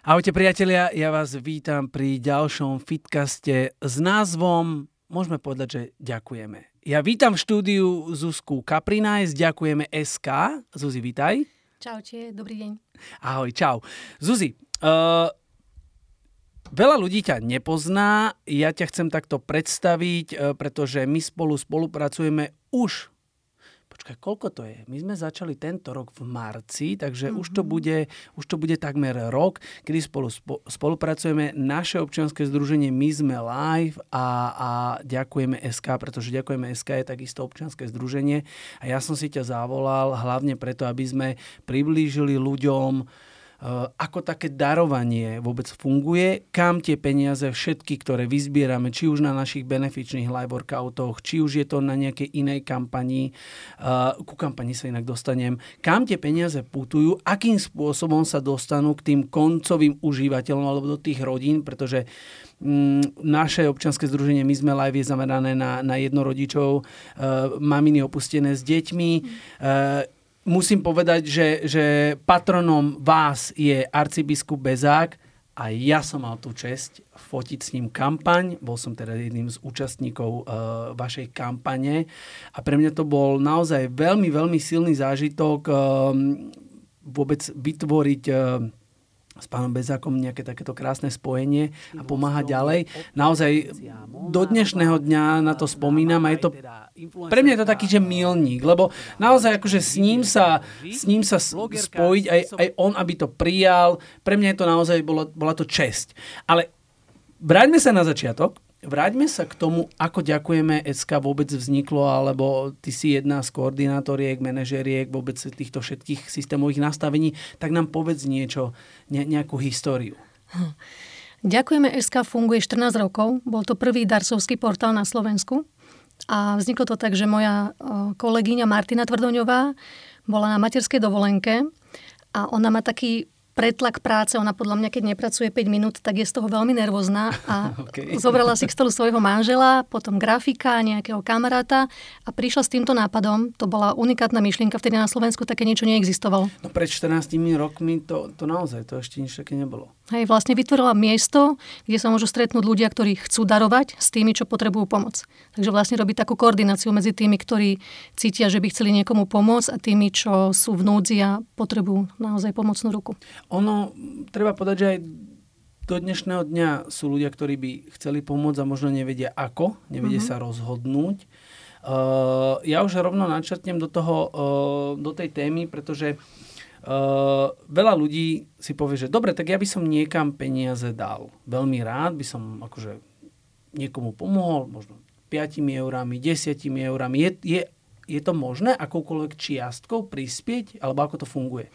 Ahojte priatelia, ja vás vítam pri ďalšom fitcaste s názvom, môžeme povedať, že ďakujeme. Ja vítam v štúdiu Zuzku Kaprinajs, ďakujeme SK. Zuzi, vítaj. Čaute, dobrý deň. Ahoj, čau. Zuzi, veľa ľudí ťa nepozná, ja ťa chcem takto predstaviť, pretože my spolupracujeme už. Počkaj, koľko to je? My sme začali tento rok v marci, takže už to bude takmer rok, kedy spolupracujeme. Naše občianske združenie My sme live a ďakujeme SK, pretože ďakujeme SK je takisto občianske združenie. A ja som si ťa zavolal hlavne preto, aby sme priblížili ľuďom, ako také darovanie vôbec funguje, kam tie peniaze všetky, ktoré vyzbierame, či už na našich benefičných live workoutoch, či už je to na nejakej inej kampani, ku kampani sa inak dostanem, kam tie peniaze putujú, akým spôsobom sa dostanú k tým koncovým užívateľom alebo do tých rodín, pretože naše občianske združenie My sme live je zamerané na jednorodičov, maminy opustené s deťmi. Musím povedať, že patronom vás je arcibiskup Bezák a ja som mal tú česť fotiť s ním kampaň. Bol som teda jedným z účastníkov vašej kampane a pre mňa to bol naozaj veľmi, veľmi silný zážitok vôbec vytvoriť s pánom Bezákom nejaké takéto krásne spojenie a pomáhať ďalej. Naozaj do dnešného dňa na to spomínam a je to pre mňa je to taký, že milník, lebo naozaj akože s ním sa spojiť, aj on, aby to prijal, pre mňa je to naozaj bola to česť. Ale vráťme sa na začiatok. Vráťme sa k tomu, ako ďakujeme SK vôbec vzniklo, alebo ty si jedna z koordinátoriek, manažeriek vôbec týchto všetkých systémových nastavení, tak nám povedz niečo, nejakú históriu. Ďakujeme SK funguje 14 rokov. Bol to prvý darcovský portál na Slovensku a vzniklo to tak, že moja kolegyňa Martina Tvrdoňová bola na materskej dovolenke a ona má taký pretlak práce, ona podľa mňa, keď nepracuje 5 minút, tak je z toho veľmi nervózna a zobrala si k stolu svojho manžela, potom grafika, nejakého kamaráta a prišla s týmto nápadom. To bola unikátna myšlienka, vtedy na Slovensku také niečo neexistovalo. No pred 14 rokmi to naozaj, to ešte nič také nebolo. Hej, vlastne vytvorila miesto, kde sa môžu stretnúť ľudia, ktorí chcú darovať s tými, čo potrebujú pomoc. Takže vlastne robí takú koordináciu medzi tými, ktorí cítia, že by chceli niekomu pomôcť a tými, čo sú v núdzi a potrebujú naozaj pomocnú ruku. Ono, treba povedať, že aj do dnešného dňa sú ľudia, ktorí by chceli pomôcť a možno nevedia ako, nevedia sa rozhodnúť. Ja už rovno načrtnem do tej témy, pretože veľa ľudí si povie, že dobre, tak ja by som niekam peniaze dal. Veľmi rád by som akože niekomu pomohol, možno 5 eurami, 10 eurami. Je to možné akoukoľvek čiastkou prispieť, alebo ako to funguje?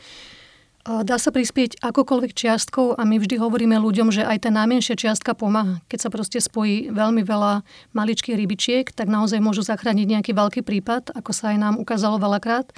Dá sa prispieť akokoľvek čiastkou a my vždy hovoríme ľuďom, že aj tá najmenšia čiastka pomáha. Keď sa proste spojí veľmi veľa maličkých rybičiek, tak naozaj môžu zachrániť nejaký veľký prípad, ako sa aj nám ukázalo veľakrát.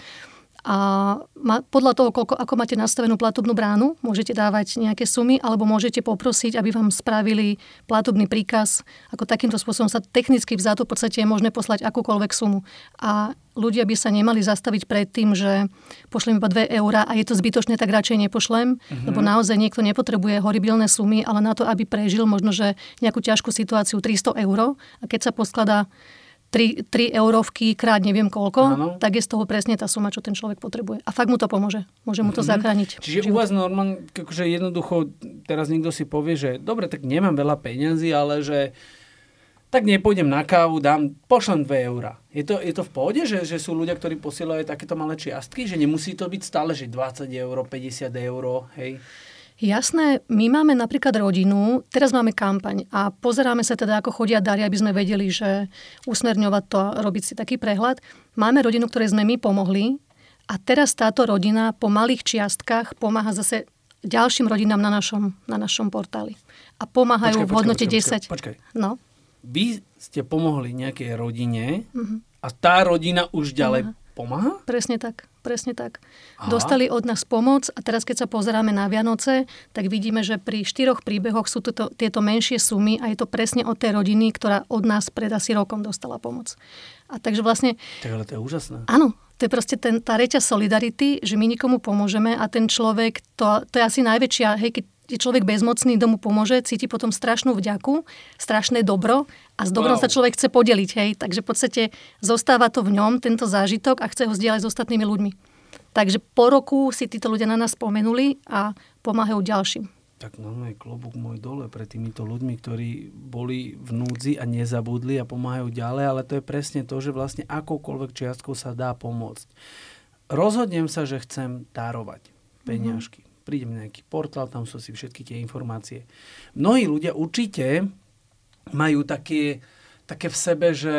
A podľa toho, ako máte nastavenú platobnú bránu, môžete dávať nejaké sumy alebo môžete poprosiť, aby vám spravili platobný príkaz. Ako takýmto spôsobom sa technicky vzato v podstate je možné poslať akúkoľvek sumu. A ľudia by sa nemali zastaviť pred tým, že pošlem iba 2 eurá a je to zbytočné, tak radšej nepošlem, lebo naozaj niekto nepotrebuje horibilné sumy, ale na to, aby prežil možno, že nejakú ťažkú situáciu 300 eur a keď sa poskladá 3 eurovky krát neviem koľko, tak je z toho presne tá suma, čo ten človek potrebuje. A fakt mu to pomôže. Môže mu to zachrániť. Čiže u vás normálne, akože jednoducho, teraz niekto si povie, že dobre, tak nemám veľa peňazí, ale že tak nepôjdem na kávu, pošlem 2 eurá. Je to v pohode, že sú ľudia, ktorí posielajú takéto malé čiastky, že nemusí to byť stále, že 20 eur, 50 eur, hej? Jasné, my máme napríklad rodinu, teraz máme kampaň a pozeráme sa teda, ako chodia dary, aby sme vedeli, že usmerňovať to a robiť si taký prehľad. Máme rodinu, ktorej sme my pomohli a teraz táto rodina po malých čiastkách pomáha zase ďalším rodinám na našom portáli. A pomáhajú v hodnote 10. Počkaj. No. Vy ste pomohli nejakej rodine a tá rodina už ďalej pomáha? Presne tak. Aha. Dostali od nás pomoc a teraz, keď sa pozeráme na Vianoce, tak vidíme, že pri 4 príbehoch sú tieto menšie sumy a je to presne od tej rodiny, ktorá od nás pred asi rokom dostala pomoc. A takže vlastne... Tak ale to je úžasné. Áno, to je proste tá reťaz solidarity, že my nikomu pomôžeme a ten človek, to je asi najväčšia, hej, keď je človek bezmocný, kto mu pomôže, cíti potom strašnú vďaku, strašné dobro a s dobrom sa človek chce podeliť. Hej. Takže v podstate zostáva to v ňom, tento zážitok a chce ho zdieľať s ostatnými ľuďmi. Takže po roku si títo ľudia na nás spomenuli a pomáhajú ďalším. Tak normálne klobúk môj dole pre týmito ľuďmi, ktorí boli v núdzi a nezabudli a pomáhajú ďalej, ale to je presne to, že vlastne akoukoľvek čiastkou sa dá pomôcť. Rozhodnem sa, že chcem dárovať peňažky. Prídem na nejaký portál, tam sú si všetky tie informácie. Mnohí ľudia určite majú také v sebe, že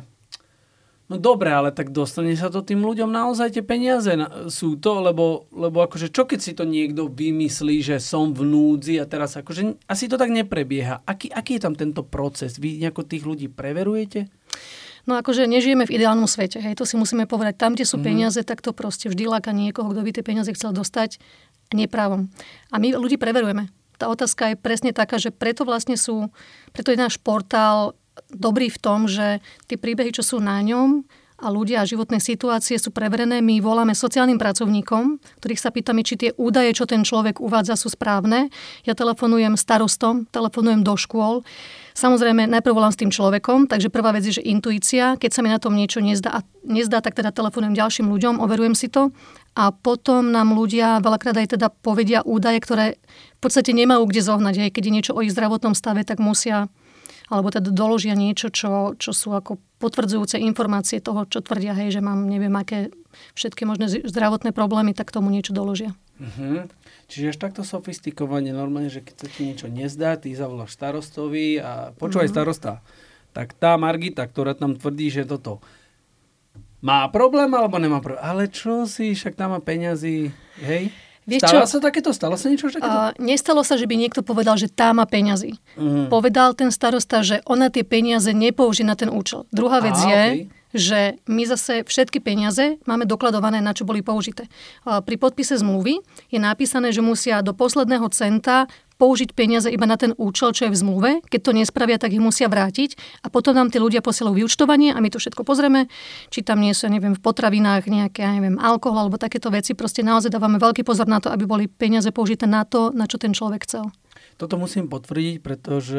no dobre, ale tak dostane sa to tým ľuďom naozaj tie peniaze sú to, lebo akože čo keď si to niekto vymyslí, že som v núdzi a teraz akože asi to tak neprebieha. Aký je tam tento proces? Vy nejako tých ľudí preverujete? No akože nežijeme v ideálnom svete, hej, to si musíme povedať. Tam, kde sú peniaze, tak to proste vždy láka niekoho, kto by tie peniaze chcel dostať neprávom. A my ľudí preverujeme. Tá otázka je presne taká, že preto je náš portál dobrý v tom, že tie príbehy, čo sú na ňom a ľudia a životné situácie sú preverené. My voláme sociálnym pracovníkom, ktorých sa pýtame, či tie údaje, čo ten človek uvádza, sú správne. Ja telefonujem starostom, telefonujem do škôl. Samozrejme, najprv volám s tým človekom, takže prvá vec je, že intuícia. Keď sa mi na tom niečo nezdá, tak teda telefonujem ďalším ľuďom, overujem si to. A potom nám ľudia veľakrát aj teda povedia údaje, ktoré v podstate nemajú kde zohnať. Aj keď je niečo o ich zdravotnom stave, tak musia, alebo teda doložia niečo, čo sú ako potvrdzujúce informácie toho, čo tvrdia, hej, že mám neviem aké všetky možné zdravotné problémy, tak tomu niečo doložia. Čiže až takto sofistikovane, normálne, že keď sa ti niečo nezdá, ty zavoláš starostovi a počúvaj starosta, tak tá Margita, ktorá tam tvrdí, že toto má problém alebo nemá problém? Ale čo si, však tam má peňazí, hej? Stalo sa takéto? Stalo sa niečo takéto? Nestalo sa, že by niekto povedal, že tá má peňazí. Povedal ten starosta, že ona tie peniaze nepoužije na ten účel. Druhá vec je, že my zase všetky peniaze máme dokladované, na čo boli použité. Pri podpise zmluvy je napísané, že musia do posledného centa použiť peniaze iba na ten účel, čo je v zmluve. Keď to nespravia, tak ich musia vrátiť a potom nám tí ľudia posielajú vyúčtovanie a my to všetko pozrieme, či tam nie sú, v potravinách nejaké, alkohol alebo takéto veci. Proste naozaj dávame veľký pozor na to, aby boli peniaze použité na to, na čo ten človek chcel. Toto musím potvrdiť, pretože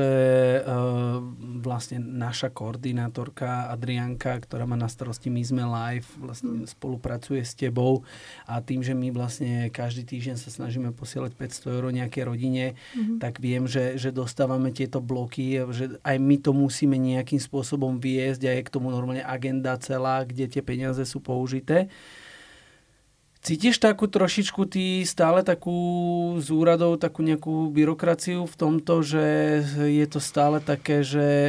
vlastne naša koordinátorka Adrianka, ktorá má na starosti My sme live, vlastne spolupracuje s tebou a tým, že my vlastne každý týždeň sa snažíme posielať 500 € nejakej rodine, tak viem, že dostávame tieto bloky, že aj my to musíme nejakým spôsobom viesť a je k tomu normálne agenda celá, kde tie peniaze sú použité. Cítiš takú trošičku ty stále takú z úradov, takú nejakú byrokraciu v tomto, že je to stále také, že...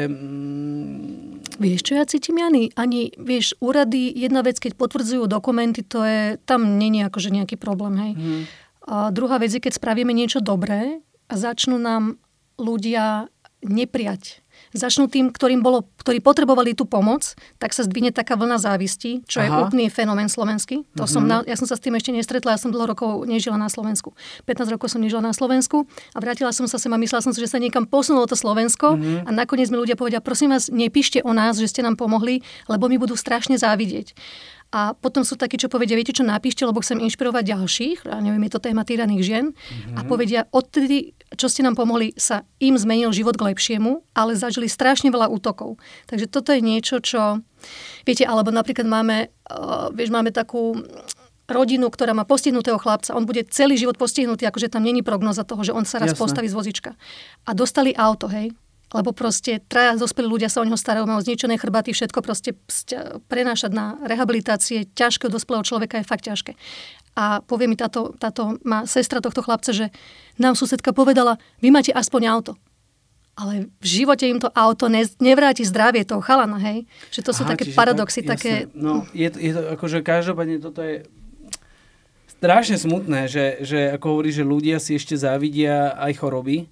Vieš, čo ja cítim, Jany? Ani, vieš, úrady, jedna vec, keď potvrdzujú dokumenty, to je, tam nie je akože nejaký problém, hej. A druhá vec je, keď spravíme niečo dobré a začnú nám ľudia neprijať. Začnú tým, ktorí potrebovali tú pomoc, tak sa zdvihne taká vlna závisti, čo je úplný fenomén slovenský. Ja som sa s tým ešte nestretla, ja som dlho rokov nežila na Slovensku. 15 rokov som nežila na Slovensku a vrátila som sa sem a myslela som si, že sa niekam posunulo to Slovensko a nakoniec mi ľudia povedia, prosím vás, nepíšte o nás, že ste nám pomohli, lebo mi budú strašne závidieť. A potom sú takí, čo povedia, viete čo, napíšte, lebo chcem inšpirovať ďalších, a neviem, je to téma týraných žien, a povedia, odtedy, čo ste nám pomohli, sa im zmenil život k lepšiemu, ale zažili strašne veľa útokov. Takže toto je niečo, čo, viete, alebo napríklad máme takú rodinu, ktorá má postihnutého chlapca, on bude celý život postihnutý, akože tam není prognoza toho, že on sa raz postaví z vozička. A dostali auto, hej. Lebo proste traja dospelí ľudia sa o neho starajú, majú zničené chrbáty, všetko proste prenášať na rehabilitácie ťažkého dospelého človeka je fakt ťažké. A povie mi táto má sestra tohto chlapca, že nám susedka povedala, vy máte aspoň auto. Ale v živote im to auto nevráti zdravie toho chalana, hej? Že to sú také paradoxy, tak, také... No, je to akože každopádne toto je strašne smutné, že ako hovorí, že ľudia si ešte závidia aj choroby.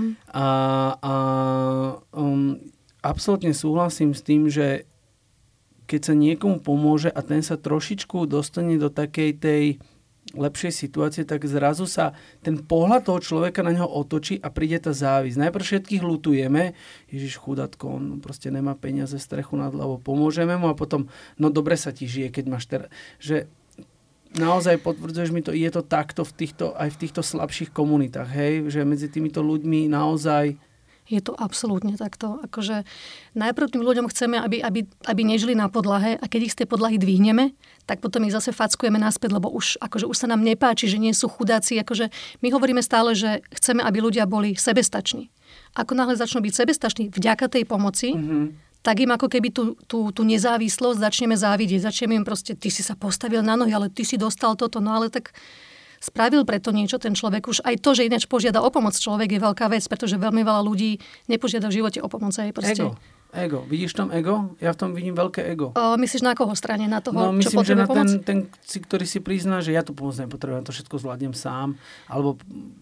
Absolútne súhlasím s tým, že keď sa niekomu pomôže a ten sa trošičku dostane do takej tej lepšej situácie, tak zrazu sa ten pohľad toho človeka na neho otočí a príde tá závisť. Najprv všetkých ľutujeme, Ježiš chudátko, on proste nemá peniaze, strechu nad hlavou, pomôžeme mu a potom, no dobre sa ti žije, keď máš že naozaj potvrdzuješ mi to, je to takto aj v týchto slabších komunitách, hej? Že medzi týmito ľuďmi naozaj... Je to absolútne takto. Akože najprv tým ľuďom chceme, aby nežili na podlahe a keď ich z tej podlahy dvihneme, tak potom ich zase fackujeme naspäť, lebo už sa nám nepáči, že nie sú chudáci. Akože my hovoríme stále, že chceme, aby ľudia boli sebestační. Ako náhle začnú byť sebestační vďaka tej pomoci, tak im ako keby tú nezávislosť začneme závidieť. Začneme im proste, ty si sa postavil na nohy, ale ty si dostal toto, no ale tak... Spravil preto niečo ten človek. Už aj to, že ináč požiada o pomoc človek, je veľká vec, pretože veľmi veľa ľudí nepožiada v živote o pomoc. Ego. Vidíš tam ego? Ja v tom vidím veľké ego. Myslíš na koho strane? Na toho, myslím, čo potrebuje pomoc? Ten, ktorý si prizná, že ja tú pomoc nepotrebujem, to všetko zvládnem sám. Alebo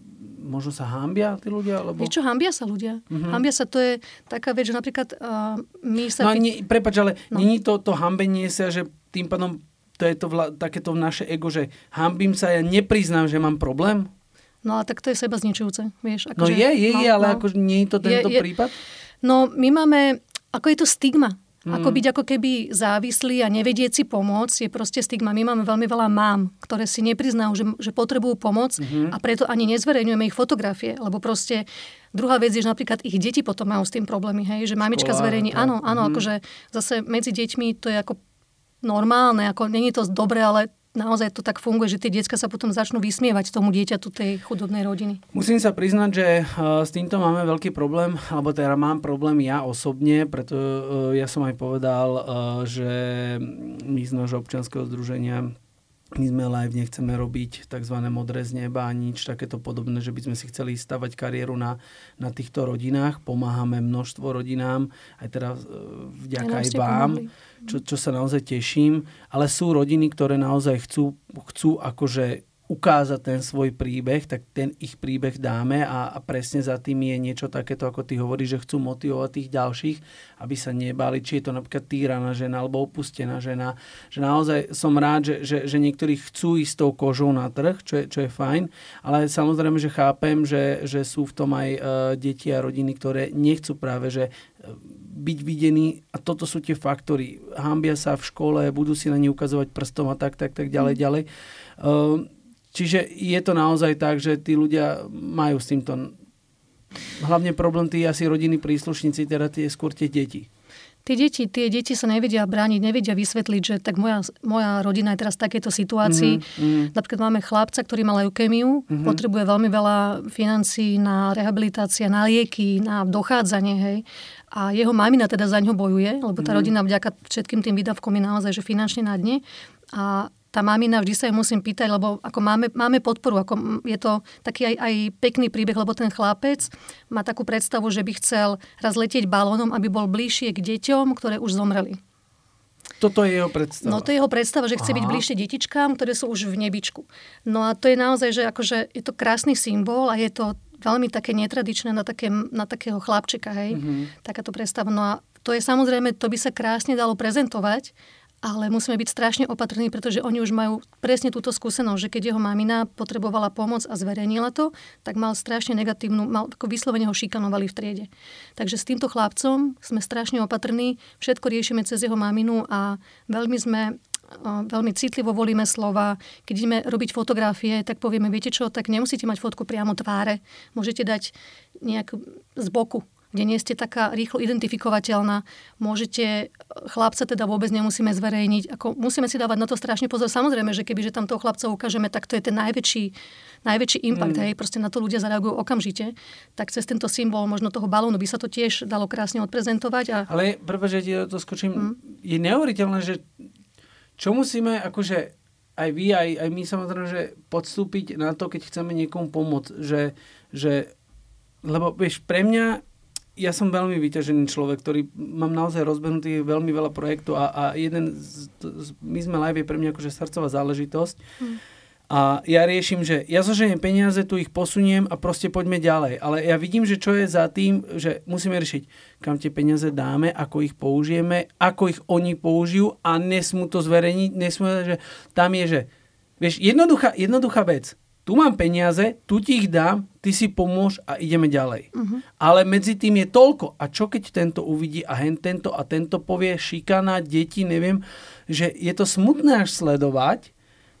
možno sa hanbia tí ľudia? Alebo... Vieš čo, hanbia sa ľudia. Hanbia sa, to je taká vec, že napríklad my sa... Prepáč, ale není to hanbenie sa, že tým pádom to je to takéto naše ego, že hanbím sa, ja nepriznám, že mám problém? No a tak to je seba zničujúce, vieš. Akože, ale akože nie je to tento prípad? No my máme, ako je to stigma. Ako byť ako keby závislý a nevedieť si pomôcť je proste stigma. My máme veľmi veľa mám, ktoré si nepriznajú, že potrebujú pomoc a preto ani nezverejňujeme ich fotografie, lebo proste druhá vec je, že napríklad ich deti potom majú s tým problémy, hej, že mamička zverejní. Áno, akože zase medzi deťmi to je ako normálne, ako není to dobré, ale naozaj to tak funguje, že tie decká sa potom začnú vysmievať tomu dieťaťu tej chudobnej rodiny. Musím sa priznať, že s týmto máme veľký problém, alebo teda mám problém ja osobne, preto ja som aj povedal, že my z nášho občianskeho združenia my sme live, nechceme robiť tzv. Modré z neba a nič takéto podobné, že by sme si chceli stavať kariéru na týchto rodinách. Pomáhame množstvo rodinám, aj teda vďaka aj vám, čo sa naozaj teším. Ale sú rodiny, ktoré naozaj chcú akože ukázať ten svoj príbeh, tak ten ich príbeh dáme a presne za tým je niečo takéto, ako ty hovoríš, že chcú motivovať tých ďalších, aby sa nebáli, či je to napríklad týraná žena alebo opustená žena. Že naozaj som rád, že niektorí chcú ísť s tou kožou na trh, čo je fajn, ale samozrejme, že chápem, že sú v tom aj deti a rodiny, ktoré nechcú práve, že byť videní a toto sú tie faktory. Hanbia sa v škole, budú si na ne ukazovať prstom a tak ďalej. Čiže je to naozaj tak, že tí ľudia majú s týmto hlavne problém tí asi rodinní príslušníci, teda skôr tie deti. Tie deti sa nevedia brániť, nevedia vysvetliť, že tak moja rodina je teraz v takejto situácii. Napríklad máme chlapca, ktorý má leukémiu, potrebuje veľmi veľa financií na rehabilitácia, na lieky, na dochádzanie, hej. A jeho mamina teda za ňo bojuje, lebo tá rodina vďaka všetkým tým výdavkom je naozaj že finančne na dne. A tá mamina, vždy sa jej musím pýtať, lebo ako máme podporu, ako je to taký aj pekný príbeh, lebo ten chlapec má takú predstavu, že by chcel raz letieť balónom, aby bol bližšie k deťom, ktoré už zomreli. Toto je jeho predstava. No to je jeho predstava, že chce byť bližšie detičkám, ktoré sú už v nebičku. No a to je naozaj, že akože je to krásny symbol a je to veľmi také netradičné na takého chlapčeka, hej. Takáto predstava. No a to je samozrejme, to by sa krásne dalo prezentovať, ale musíme byť strašne opatrní, pretože oni už majú presne túto skúsenosť, že keď jeho mamina potrebovala pomoc a zverejnila to, tak mal strašne negatívnu, ako vyslovene ho šikanovali v triede. Takže s týmto chlapcom sme strašne opatrní, všetko riešime cez jeho maminu a veľmi citlivo volíme slova. Keď ideme robiť fotografie, tak povieme, viete čo, tak nemusíte mať fotku priamo tváre, môžete dať nejak z boku, kde nie ste taká rýchlo identifikovateľná. Chlapca teda vôbec nemusíme zverejniť. Musíme si dávať na to strašne pozor. Samozrejme, že kebyže tam toho chlapca ukážeme, tak to je ten najväčší impact. Hej. Proste na to ľudia zareagujú okamžite. Tak cez tento symbol možno toho balónu by sa to tiež dalo krásne odprezentovať. Ale prvé, že ti to skočím, je neuveriteľné, že čo musíme akože aj vy, aj my samozrejme, že podstúpiť na to, keď chceme niekomu pomôcť. Lebo vieš, pre mňa ja som veľmi vyťažený človek, ktorý mám naozaj rozbehnutý veľmi veľa projektov a my sme live je pre mňa akože srdcová záležitosť. A ja riešim, že ja zoženiem peniaze, tu ich posuniem a proste poďme ďalej. Ale ja vidím, že čo je za tým, že musíme riešiť, kam tie peniaze dáme, ako ich použijeme, ako ich oni použijú a nesmú to zverejniť, že tam je, že vieš, jednoduchá vec. Tu mám peniaze, tu ti ich dám, ty si pomôž a ideme ďalej. Ale medzi tým je toľko. A čo keď tento uvidí a tento povie šikana, deti, neviem, že je to smutné až sledovať,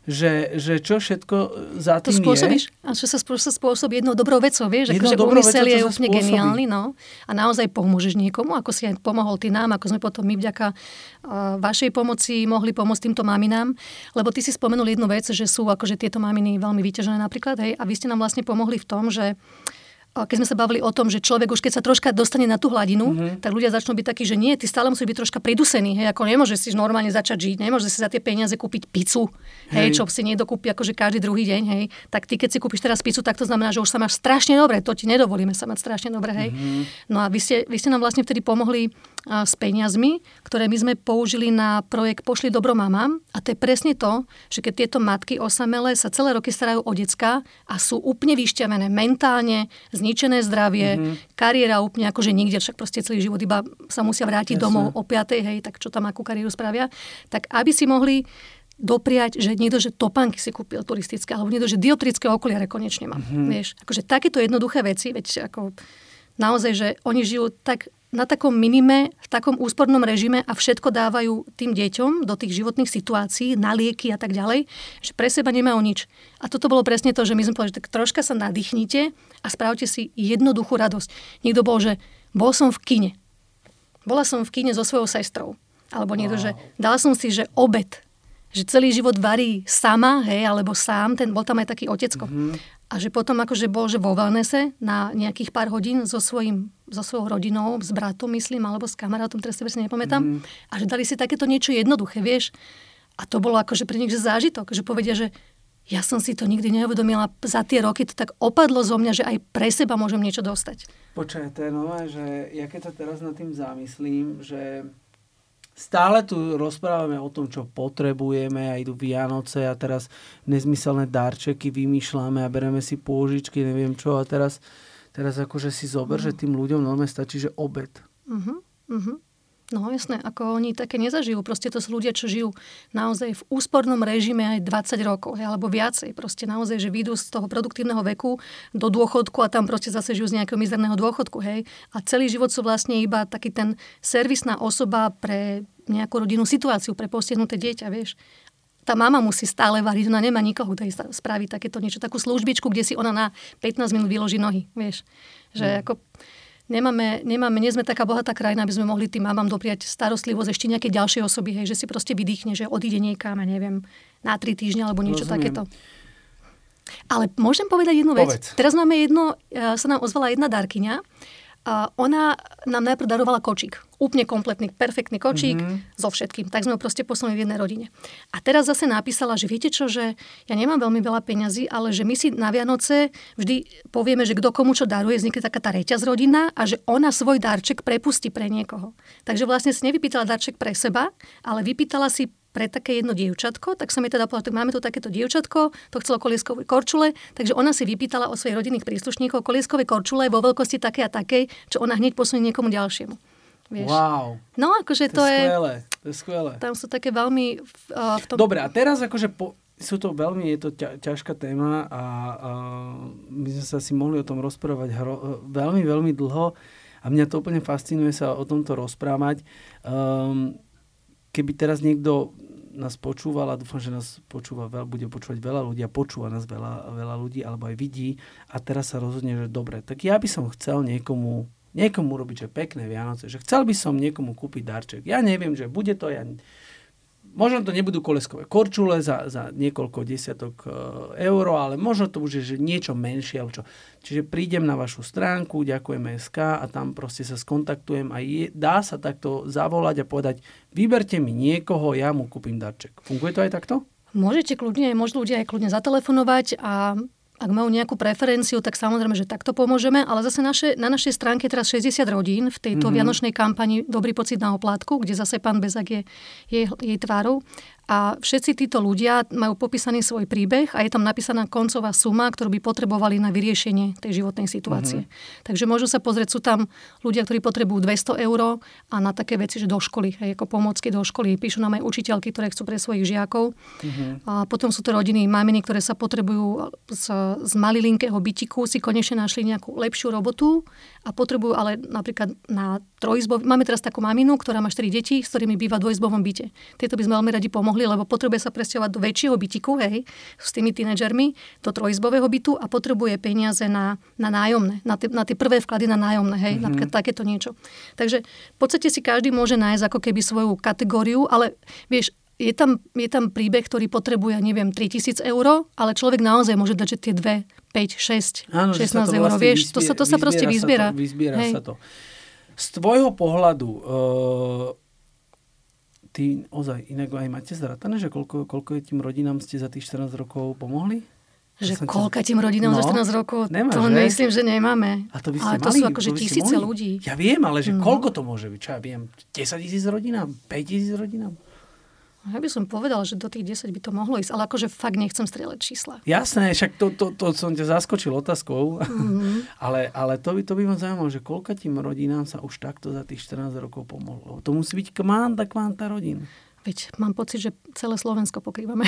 že čo všetko za tým spôsobíš, je. A čo sa spôsobí jednou dobrou vecou, vieš? Akože úmysel je úplne geniálny, no. A naozaj pomôžeš niekomu, ako si aj pomohol ty nám, ako sme potom my vďaka vašej pomoci mohli pomôcť týmto maminám. Lebo ty si spomenul jednu vec, že sú akože tieto maminy veľmi vyťažené napríklad, hej, a vy ste nám vlastne pomohli v tom, že keď sme sa bavili o tom, že človek už keď sa troška dostane na tú hladinu, tak ľudia začnú byť takí, že nie, ty stále musíš byť troška pridusený, hej, ako nemôžeš si normálne začať žiť, nemôžeš si za tie peniaze kúpiť pizzu, hej, čo si niekto kúpi akože každý druhý deň, hej. Tak ty keď si kúpiš teraz pizzu, tak to znamená, že už sa máš strašne dobre, to ti nedovolíme sa mať strašne dobre, hej. No a vy ste nám vlastne vtedy pomohli s peniazmi, ktoré my sme použili na projekt Pošli dobro mamám, a to je presne to, že keď tieto matky osamelé sa celé roky starajú o decká a sú úplne vyšťavené mentálne, zničené zdravie, kariéra úplne akože nikde, však proste celý život iba sa musia vrátiť domov o 5:00, hej, tak čo tam akú kariéru spravia, tak aby si mohli dopriať, že niekto, že topánky si kúpil turistické, alebo niekto, že dioptrické okuliare konečne má. Vieš, akože takéto jednoduché veci, veď ako naozaj, že oni žijú tak na takom minime, v takom úspornom režime a všetko dávajú tým deťom do tých životných situácií, na lieky a tak ďalej, že pre seba nemajú nič. A toto bolo presne to, že my sme povedali, že tak troška sa nadýchnite a spravte si jednoduchú radosť. Niekto bol, že bol som v kine. Bola som v kine so svojou sestrou. Alebo niekto, že dal som si, že obed. Že celý život varí sama, hej, alebo sám. Bol tam aj taký otecko. A že potom akože bol, že vo wellnesse na nejakých pár hodín so svojou rodinou, s bratom, myslím, alebo s kamarátom, teraz si nepamätám. A že dali si takéto niečo jednoduché, vieš. A to bolo akože pre nich že zážitok, že povedia, že ja som si to nikdy neuvedomila, za tie roky to tak opadlo zo mňa, že aj pre seba môžem niečo dostať. Počkaj, to je nové, že ja keď sa teraz nad tým zamyslím, že stále tu rozprávame o tom, čo potrebujeme a idú Vianoce a teraz nezmyselné darčeky vymýšľame a bereme si pôžičky, neviem čo, a teraz akože si zober, že tým ľuďom normálne stačí, že obed. No jasné, ako oni také nezažijú. Proste to sú ľudia, čo žijú naozaj v úspornom režime aj 20 rokov, hej, alebo viacej. Proste naozaj, že vyjdú z toho produktívneho veku do dôchodku a tam proste zase žijú z nejakého mizerného dôchodku. Hej. A celý život sú vlastne iba taký ten servisná osoba pre nejakú rodinnú situáciu, pre postihnuté dieťa, vieš. Tá mama musí stále variť, ona nemá nikoho, kto jej spraví takéto niečo, takú službičku, kde si ona na 15 minút vyloží nohy, vieš. Že ako nie sme taká bohatá krajina, aby sme mohli tým mamám dopriať starostlivosť ešte nejaké ďalšie osoby, hej, že si proste vydýchne, že odíde niekam, neviem, na 3 týždne alebo niečo takéto. Ale môžem povedať jednu vec? Teraz máme sa nám ozvala jedna darkyňa. Ona nám najprv darovala kočík. Úplne kompletný, perfektný kočík so všetkým. Tak sme ho proste posunuli v jednej rodine. A teraz zase napísala, že viete čo, že ja nemám veľmi veľa peňazí, ale že my si na Vianoce vždy povieme, že kto komu čo daruje, vznikne taká tá reťaz rodina a že ona svoj darček prepustí pre niekoho. Takže vlastne si nevypýtala darček pre seba, ale vypýtala si pre také jedno dievčatko, tak som jej teda povedala, tak máme tu takéto dievčatko, to chcelo kolieskové korčule, takže ona si vypýtala od svojich rodinných príslušníkov kolieskové korčule vo veľkosti takej a takej, čo ona hneď posunie niekomu ďalšiemu. Vieš? Wow. No, akože to je skvelé. Tam sú také veľmi v tom... Dobre, a teraz akože je to ťažká téma a my sme sa si mohli o tom rozprávať veľmi, veľmi dlho a mňa to úplne fascinuje sa o tomto rozprávať. Keby teraz niekto nás počúval, a dúfam, že nás bude počúvať veľa ľudí a počúva nás veľa ľudí, alebo aj vidí a teraz sa rozhodne, že dobre, tak ja by som chcel niekomu robiť, že pekné Vianoce, že chcel by som niekomu kúpiť darček. Ja neviem, že bude to, možno to nebudú koleskové korčule za niekoľko desiatok eur, ale možno to už je že niečo menšie. Čiže prídem na vašu stránku, ďakujeme SK a tam proste sa skontaktujem a dá sa takto zavolať a povedať, vyberte mi niekoho, ja mu kúpim darček. Funguje to aj takto? Môžu ľudia aj kľudne zatelefonovať a ak majú nejakú preferenciu, tak samozrejme, že takto pomôžeme, ale zase na našej stránke teraz 60 rodín v tejto vianočnej kampani Dobrý pocit na oplátku, kde zase pán Bezák je jej tvárou. A všetci títo ľudia majú popísaný svoj príbeh a je tam napísaná koncová suma, ktorú by potrebovali na vyriešenie tej životnej situácie. Takže môžu sa pozrieť, sú tam ľudia, ktorí potrebujú 200 eur a na také veci, že do školy, ako pomôcky do školy. Píšu nám aj učiteľky, ktoré chcú pre svojich žiakov. A potom sú to rodiny, maminy, ktoré sa potrebujú z malilinkého bytiku si konečne našli nejakú lepšiu robotu a potrebujú ale napríklad na trojizbov. Máme teraz takú maminu, ktorá má 4 deti, s ktorými býva v dvojizbovom byte. Tieto by sme veľmi radi pomohli pomohli, lebo potrebuje sa presťahovať do väčšieho bytiku, hej, s tými tínedžermi, do trojizbového bytu a potrebuje peniaze na nájomné, na tie prvé vklady na nájomné, hej, napríklad takéto niečo. Takže v podstate si každý môže nájsť ako keby svoju kategóriu, ale vieš, je tam príbeh, ktorý potrebuje, neviem, 3 000 eur, ale človek naozaj môže dať, že tie 2, 5, 6, áno, 16 eur, vieš, to sa proste vyzbiera. Vyzbiera sa to. Z tvojho pohľadu, ty ozaj inak aj máte zratané, že koľko tým rodinám ste za tých 14 rokov pomohli? Že koľko tým rodinám za 14 rokov? Nemáš, to že? myslím, že nemáme. A to by ste ale to mali, sú akože tisíce ľudí. Ja viem, ale že koľko to môže byť? Čo ja viem? 10 000 rodinám? 5 000 rodinám? Ja by som povedal, že do tých 10 by to mohlo ísť, ale akože fakt nechcem strieľať čísla. Jasné, však to som ťa zaskočil otázkou, ale to by ma zaujímalo, že koľkatým rodinám sa už takto za tých 14 rokov pomohlo. To musí byť kvanta rodín. Veď mám pocit, že celé Slovensko pokrývame.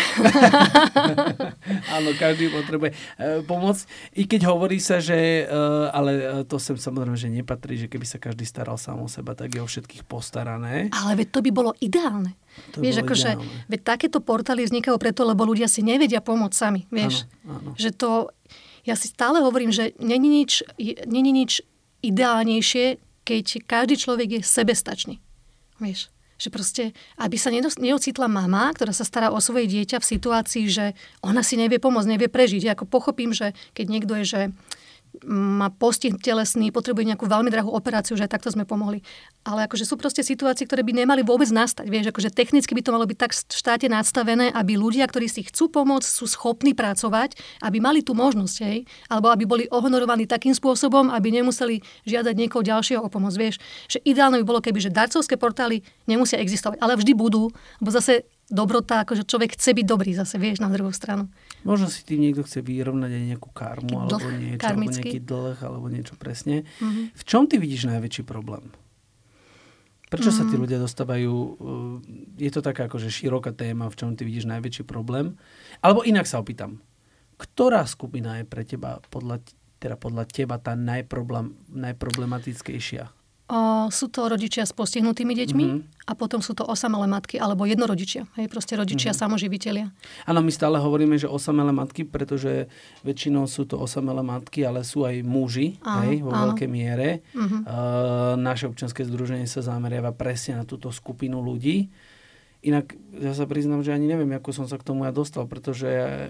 Áno, každý potrebuje pomoc. I keď hovorí sa, že, ale to sem samozrejme, že nepatrí, že keby sa každý staral sám o seba, tak je o všetkých postarané. Ale veď to by bolo ideálne. Vieš, akože, veď takéto portály vznikajú preto, lebo ľudia si nevedia pomôcť sami. Vieš, áno. Že to, ja si stále hovorím, že není nič ideálnejšie, keď každý človek je sebestačný. Vieš, že proste, aby sa neocitla mama, ktorá sa stará o svoje dieťa v situácii, že ona si nevie pomôcť, nevie prežiť. Ja ako pochopím, že keď niekto je, že má postih telesný, potrebuje nejakú veľmi drahú operáciu, že aj takto sme pomohli. Ale akože sú proste situácie, ktoré by nemali vôbec nastať. Vieš, akože technicky by to malo byť tak v štáte nastavené, aby ľudia, ktorí si chcú pomôcť, sú schopní pracovať, aby mali tú možnosť, hej? Alebo aby boli ohonorovaní takým spôsobom, aby nemuseli žiadať niekoho ďalšieho o pomoc. Vieš, že ideálne by bolo, keby že darcovské portály nemusia existovať, ale vždy budú, lebo zase dobrota, akože človek chce byť dobrý zase, vieš, na druhú stranu. Možno si tým niekto chce vyrovnať aj nejakú karmu, alebo niečo, alebo nejaký dlh, alebo niečo presne. V čom ty vidíš najväčší problém? Prečo sa tí ľudia dostávajú, je to taká akože široká téma, v čom ty vidíš najväčší problém? Alebo inak sa opýtam, ktorá skupina je pre teba, podľa teba tá najproblematickejšia? Sú to rodičia s postihnutými deťmi a potom sú to osamelé matky alebo jednorodičia. Hej, proste rodičia samoživitelia. Áno, my stále hovoríme, že osamelé matky, pretože väčšinou sú to osamelé matky, ale sú aj muži, vo veľkej miere. Naše občianske združenie sa zameriava presne na túto skupinu ľudí. Inak ja sa priznám, že ani neviem, ako som sa k tomu ja dostal, pretože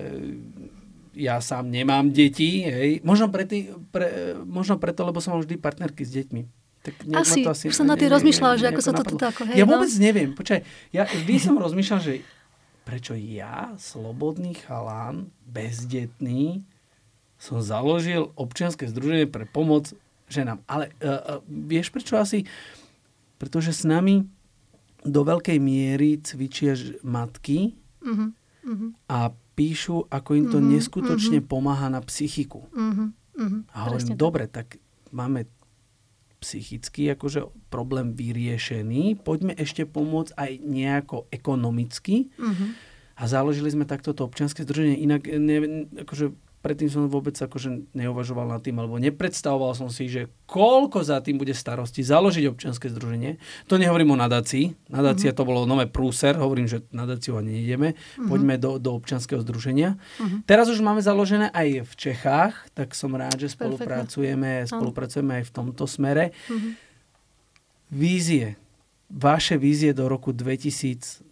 ja sám nemám deti. Hej. Možno preto, lebo som mal vždy partnerky s deťmi. Asi som na tým rozmýšľala, že ako sa to tako... Ja vôbec neviem. Počkaj, ja vždy som rozmýšľal, že prečo ja, slobodný chalán, bezdetný, som založil občianske združenie pre pomoc ženám. Ale vieš prečo asi? Pretože s nami do veľkej miery cvičia matky a píšu, ako im to neskutočne pomáha na psychiku. A hovorím, dobre, tak máme psychicky akože problém vyriešený. Poďme ešte pomôcť aj nejako ekonomicky. A založili sme takto to občianske združenie. Inak akože predtým som vôbec akože neuvažoval nad tým, alebo nepredstavoval som si, že koľko za tým bude starosti založiť občianske združenie. To nehovorím o nadácii. Nadácia to bolo nové prúser. Hovorím, že nadáciu ani nejdeme. Poďme do občianskeho združenia. Teraz už máme založené aj v Čechách, tak som rád, že spolupracujeme aj v tomto smere. Vízie. Vaše vízie do roku 2022.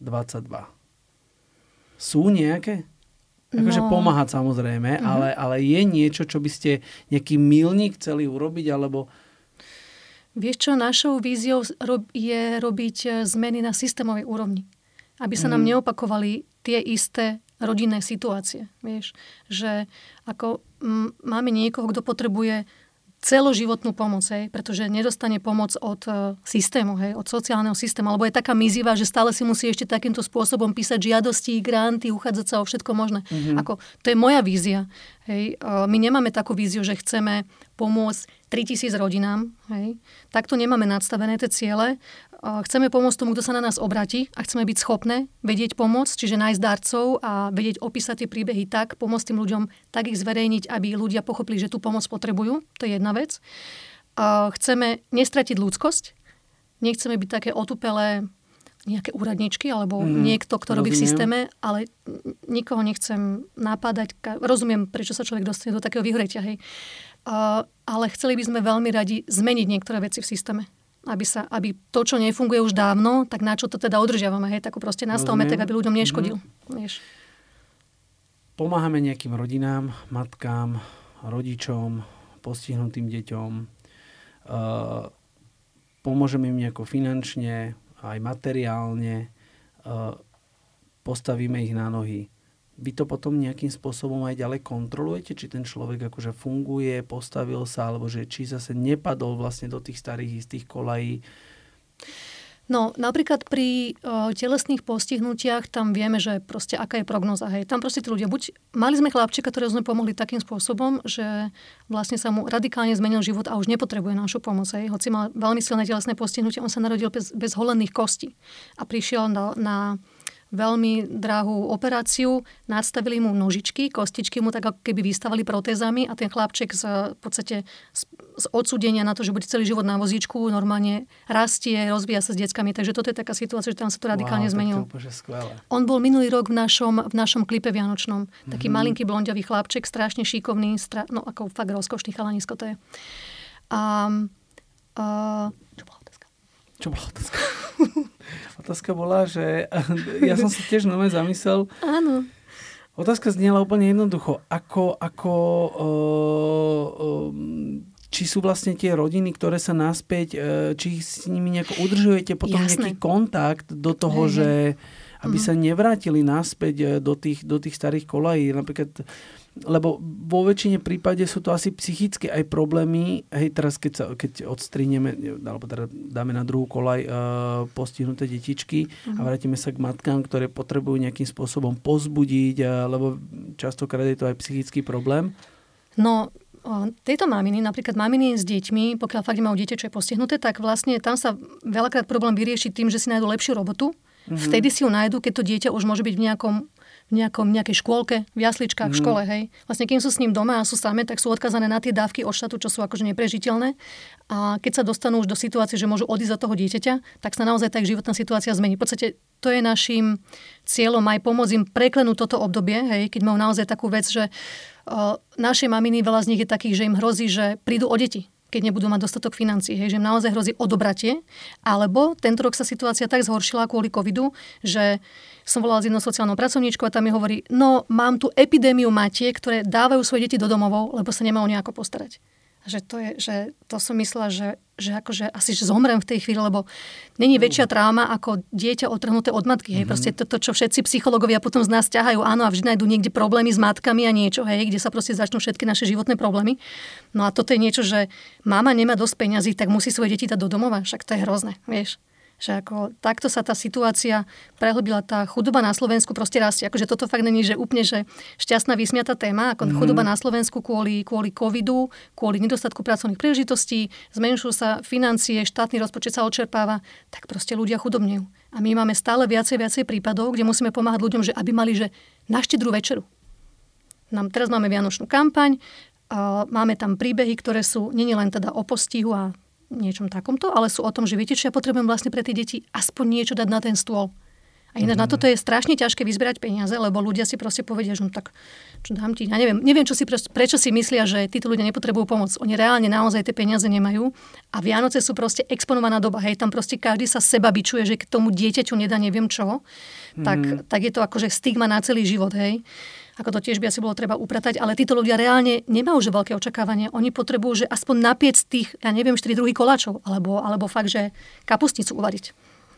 Sú nejaké? Akože pomáhať samozrejme, ale je niečo, čo by ste nejaký milník chceli urobiť, alebo... Vieš čo, našou víziou je robiť zmeny na systémovej úrovni. Aby sa nám neopakovali tie isté rodinné situácie. Vieš, že ako máme niekoho, kto potrebuje celoživotnú pomoc, hej, pretože nedostane pomoc od systému, hej, od sociálneho systému, alebo je taká mizivá, že stále si musí ešte takýmto spôsobom písať žiadosti, granty, uchádzať sa o všetko možné. Ako, to je moja vízia. Hej. My nemáme takú víziu, že chceme pomôcť 3000 rodinám. Hej. Takto nemáme nadstavené tie ciele. Chceme pomôcť tomu, kto sa na nás obratí a chceme byť schopné vedieť pomôcť, čiže nájsť darcov a vedieť opísať tie príbehy tak, pomôcť tým ľuďom, tak ich zverejniť, aby ľudia pochopili, že tú pomoc potrebujú. To je jedna vec. Chceme nestratiť ľudskosť. Nechceme byť také otupelé nejaké úradničky alebo niekto, kto robí v systéme, ale nikoho nechcem napádať. Rozumiem, prečo sa človek dostane do takého vyhretia, hej. Ale chceli by sme veľmi radi zmeniť niektoré veci v systéme. Aby to, čo nefunguje už dávno, tak na čo to teda udržiavame, hej, tak proste nastavme tak, aby ľuďom neškodil. Vieš. Pomáhame nejakým rodinám, matkám, rodičom, postihnutým deťom. Pomôžeme im nejako finančne, aj materiálne, postavíme ich na nohy. Vy to potom nejakým spôsobom aj ďalej kontrolujete, či ten človek akože funguje, postavil sa, alebo že či zase nepadol vlastne do tých starých istých kolají. No, napríklad pri telesných postihnutiach tam vieme, že proste aká je prognoza. Hej. Tam proste tí ľudia, mali sme chlapčeka, ktorého sme pomohli takým spôsobom, že vlastne sa mu radikálne zmenil život a už nepotrebuje našu pomoc. Hej. Hoci mal veľmi silné telesné postihnutie, on sa narodil bez holených kostí a prišiel na veľmi drahú operáciu, nadstavili mu nožičky, kostičky mu tak ako keby vystavali protézami a ten chlapček v podstate z odsúdenia na to, že bude celý život na vozíčku, normálne rastie, rozvíja sa s deckami. Takže toto je taká situácia, že tam sa to radikálne zmenilo. On bol minulý rok v našom klipe vianočnom. Taký malinký blondiavý chlapček, strašne šikovný, no ako fakt rozkošný chalanisko to je. Čo bola otázka? Otázka bola, že ja som si tiež nové zamyslel. Áno. Otázka zniela úplne jednoducho. Či sú vlastne tie rodiny, ktoré sa naspäť, či s nimi nejako udržujete potom nejaký kontakt do toho, že aby sa nevrátili naspäť do tých starých kolají. Napríklad, lebo vo väčšine prípade sú to asi psychické aj problémy. Hej, teraz keď odstrihneme, alebo teda dáme na druhú kolaj postihnuté detičky a vrátime sa k matkám, ktoré potrebujú nejakým spôsobom pozbudiť, lebo častokrát je to aj psychický problém. No, tieto maminy, napríklad maminy s deťmi, pokiaľ fakt majú dieťa, čo je postihnuté, tak vlastne tam sa veľakrát problém vyrieši tým, že si nájdu lepšiu robotu. Vtedy si ju nájdu, keď to dieťa už môže byť v nejakej škôlke, v jasličkách, v škole, hej. Vlastne kým sú s ním doma a sú same, tak sú odkazané na tie dávky od štátu, čo sú akože neprežiteľné. A keď sa dostanú už do situácie, že môžu odísť od toho dieťaťa, tak sa naozaj tá životná situácia zmení. V podstate to je našim cieľom aj pomôcť im preklenúť toto obdobie, hej, keď majú naozaj takú vec, že naše maminy, veľa z nich je takých, že im hrozí, že prídu o deti, keď nebudú mať dostatok financií, hej, že im naozaj hrozí odobratie, alebo tento rok sa situácia tak zhoršila kvôli covidu, že som volala s jednou sociálnou pracovníčkou a tam mi hovorí, no mám tu epidémiu matiek, ktoré dávajú svoje deti do domovov, lebo sa nemajú nejako postarať. Že to som myslela, že akože asi že zomrem v tej chvíli, lebo není väčšia tráma ako dieťa odtrhnuté od matky. Hej. Proste to, čo všetci psychológovia potom z nás ťahajú, áno, a vždy nájdú niekde problémy s matkami a niečo, hej, kde sa proste začnú všetky naše životné problémy. No a toto je niečo, že mama nemá dosť peňazí, tak musí svoje deti dať do domova. Však to je hrozné, vieš. Že ako takto sa tá situácia prehlbila, tá chudoba na Slovensku proste rastie. Akože toto fakt není, že úplne že šťastná vysmiatá téma, ako chudoba na Slovensku kvôli covidu, kvôli nedostatku pracovných príležitostí, zmenšujú sa financie, štátny rozpočet sa odčerpáva, tak proste ľudia chudobnejú. A my máme stále viacej prípadov, kde musíme pomáhať ľuďom, že aby mali že na štedrú večeru. Teraz máme vianočnú kampaň, máme tam príbehy, ktoré sú nie len teda o postihu a niečom takomto, ale sú o tom, že viete, čo ja potrebujem vlastne pre tie deti aspoň niečo dať na ten stôl. A ináč na toto je strašne ťažké vyzbierať peniaze, lebo ľudia si proste povedia, že no tak, čo dám ti, ja neviem prečo si myslia, že títo ľudia nepotrebujú pomoc. Oni reálne naozaj tie peniaze nemajú a Vianoce sú proste exponovaná doba, hej, tam proste každý sa seba bičuje, že k tomu dieťaťu nedá neviem čo, tak je to akože stigma na celý život, hej. Ako to tiež by asi bolo treba upratať, ale títo ľudia reálne nemajú že veľké očakávania. Oni potrebujú, že aspoň napiec tých, ja neviem, 4 druhy koláčov, alebo fakt, že kapustnicu uvariť.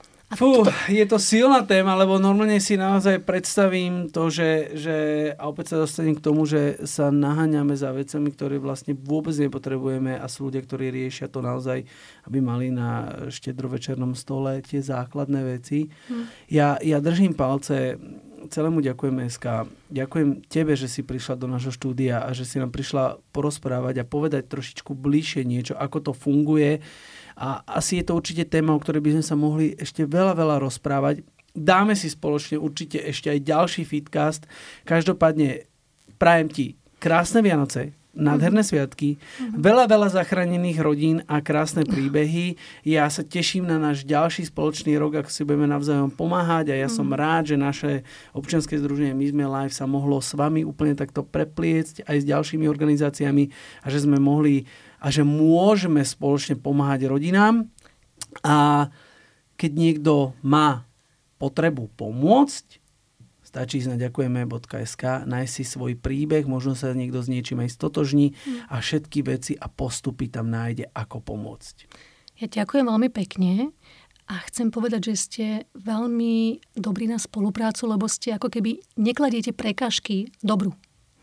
Je to silná téma, lebo normálne si naozaj predstavím to, že a opäť sa dostanem k tomu, že sa naháňame za vecami, ktoré vlastne vôbec nepotrebujeme a sú ľudia, ktorí riešia to naozaj, aby mali na štedrovečernom stole tie základné veci. Ja držím palce celému Ďakujem SK. Ďakujem tebe, že si prišla do nášho štúdia a že si nám prišla porozprávať a povedať trošičku bližšie niečo, ako to funguje. A asi je to určite téma, o ktorej by sme sa mohli ešte veľa rozprávať. Dáme si spoločne určite ešte aj ďalší feedcast. Každopádne prajem ti krásne Vianoce, nádherné sviatky, veľa zachránených rodín a krásne príbehy. Ja sa teším na náš ďalší spoločný rok, ako si budeme navzájom pomáhať a ja som rád, že naše občianske združenie My sme live sa mohlo s vami úplne takto prepliecť aj s ďalšími organizáciami a že sme mohli a že môžeme spoločne pomáhať rodinám. A keď niekto má potrebu pomôcť, stačí ísť na ďakujeme.sk, nájsť si svoj príbeh, možno sa niekto s niečím aj stotožní a všetky veci a postupy tam nájde, ako pomôcť. Ja ďakujem veľmi pekne a chcem povedať, že ste veľmi dobrí na spoluprácu, lebo ste ako keby nekladiete prekážky dobru.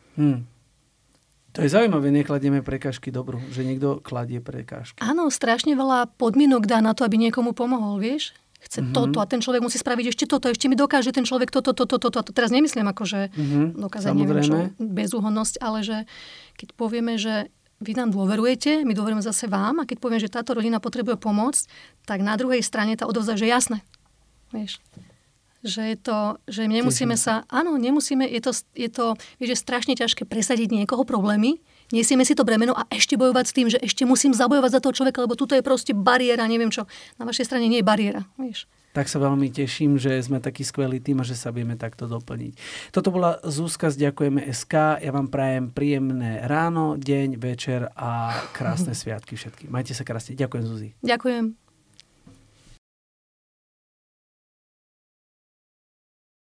To je zaujímavé, nekladieme prekážky dobru, že niekto kladie prekážky. Áno, strašne veľa podmienok dá na to, aby niekomu pomohol, vieš? Chce toto a ten človek musí spraviť ešte toto, ešte mi dokáže ten človek toto. Teraz nemyslím ako, že dokázať neviem čo, bezúhonnosť, ale že keď povieme, že vy nám dôverujete, my dôverujeme zase vám a keď povieme, že táto rodina potrebuje pomôcť, tak na druhej strane tá odovzdá, že jasné. Vieš? Že je to, že nemusíme sa, áno, nemusíme, je to, vieš, je strašne ťažké presadiť niekoho problémy, nesieme si to bremeno a ešte bojovať s tým, že ešte musím zabojovať za toho človeka, lebo tuto je proste bariéra, neviem čo. Na vašej strane nie je bariéra, vieš. Tak sa veľmi teším, že sme taký skvelý tým a že sa budeme takto doplniť. Toto bola Zuzka z Ďakujeme.sk. Ja vám prajem príjemné ráno, deň, večer a krásne sviatky všetky. Majte sa krásne. Ďakujem, Zuzi. Ďakujem.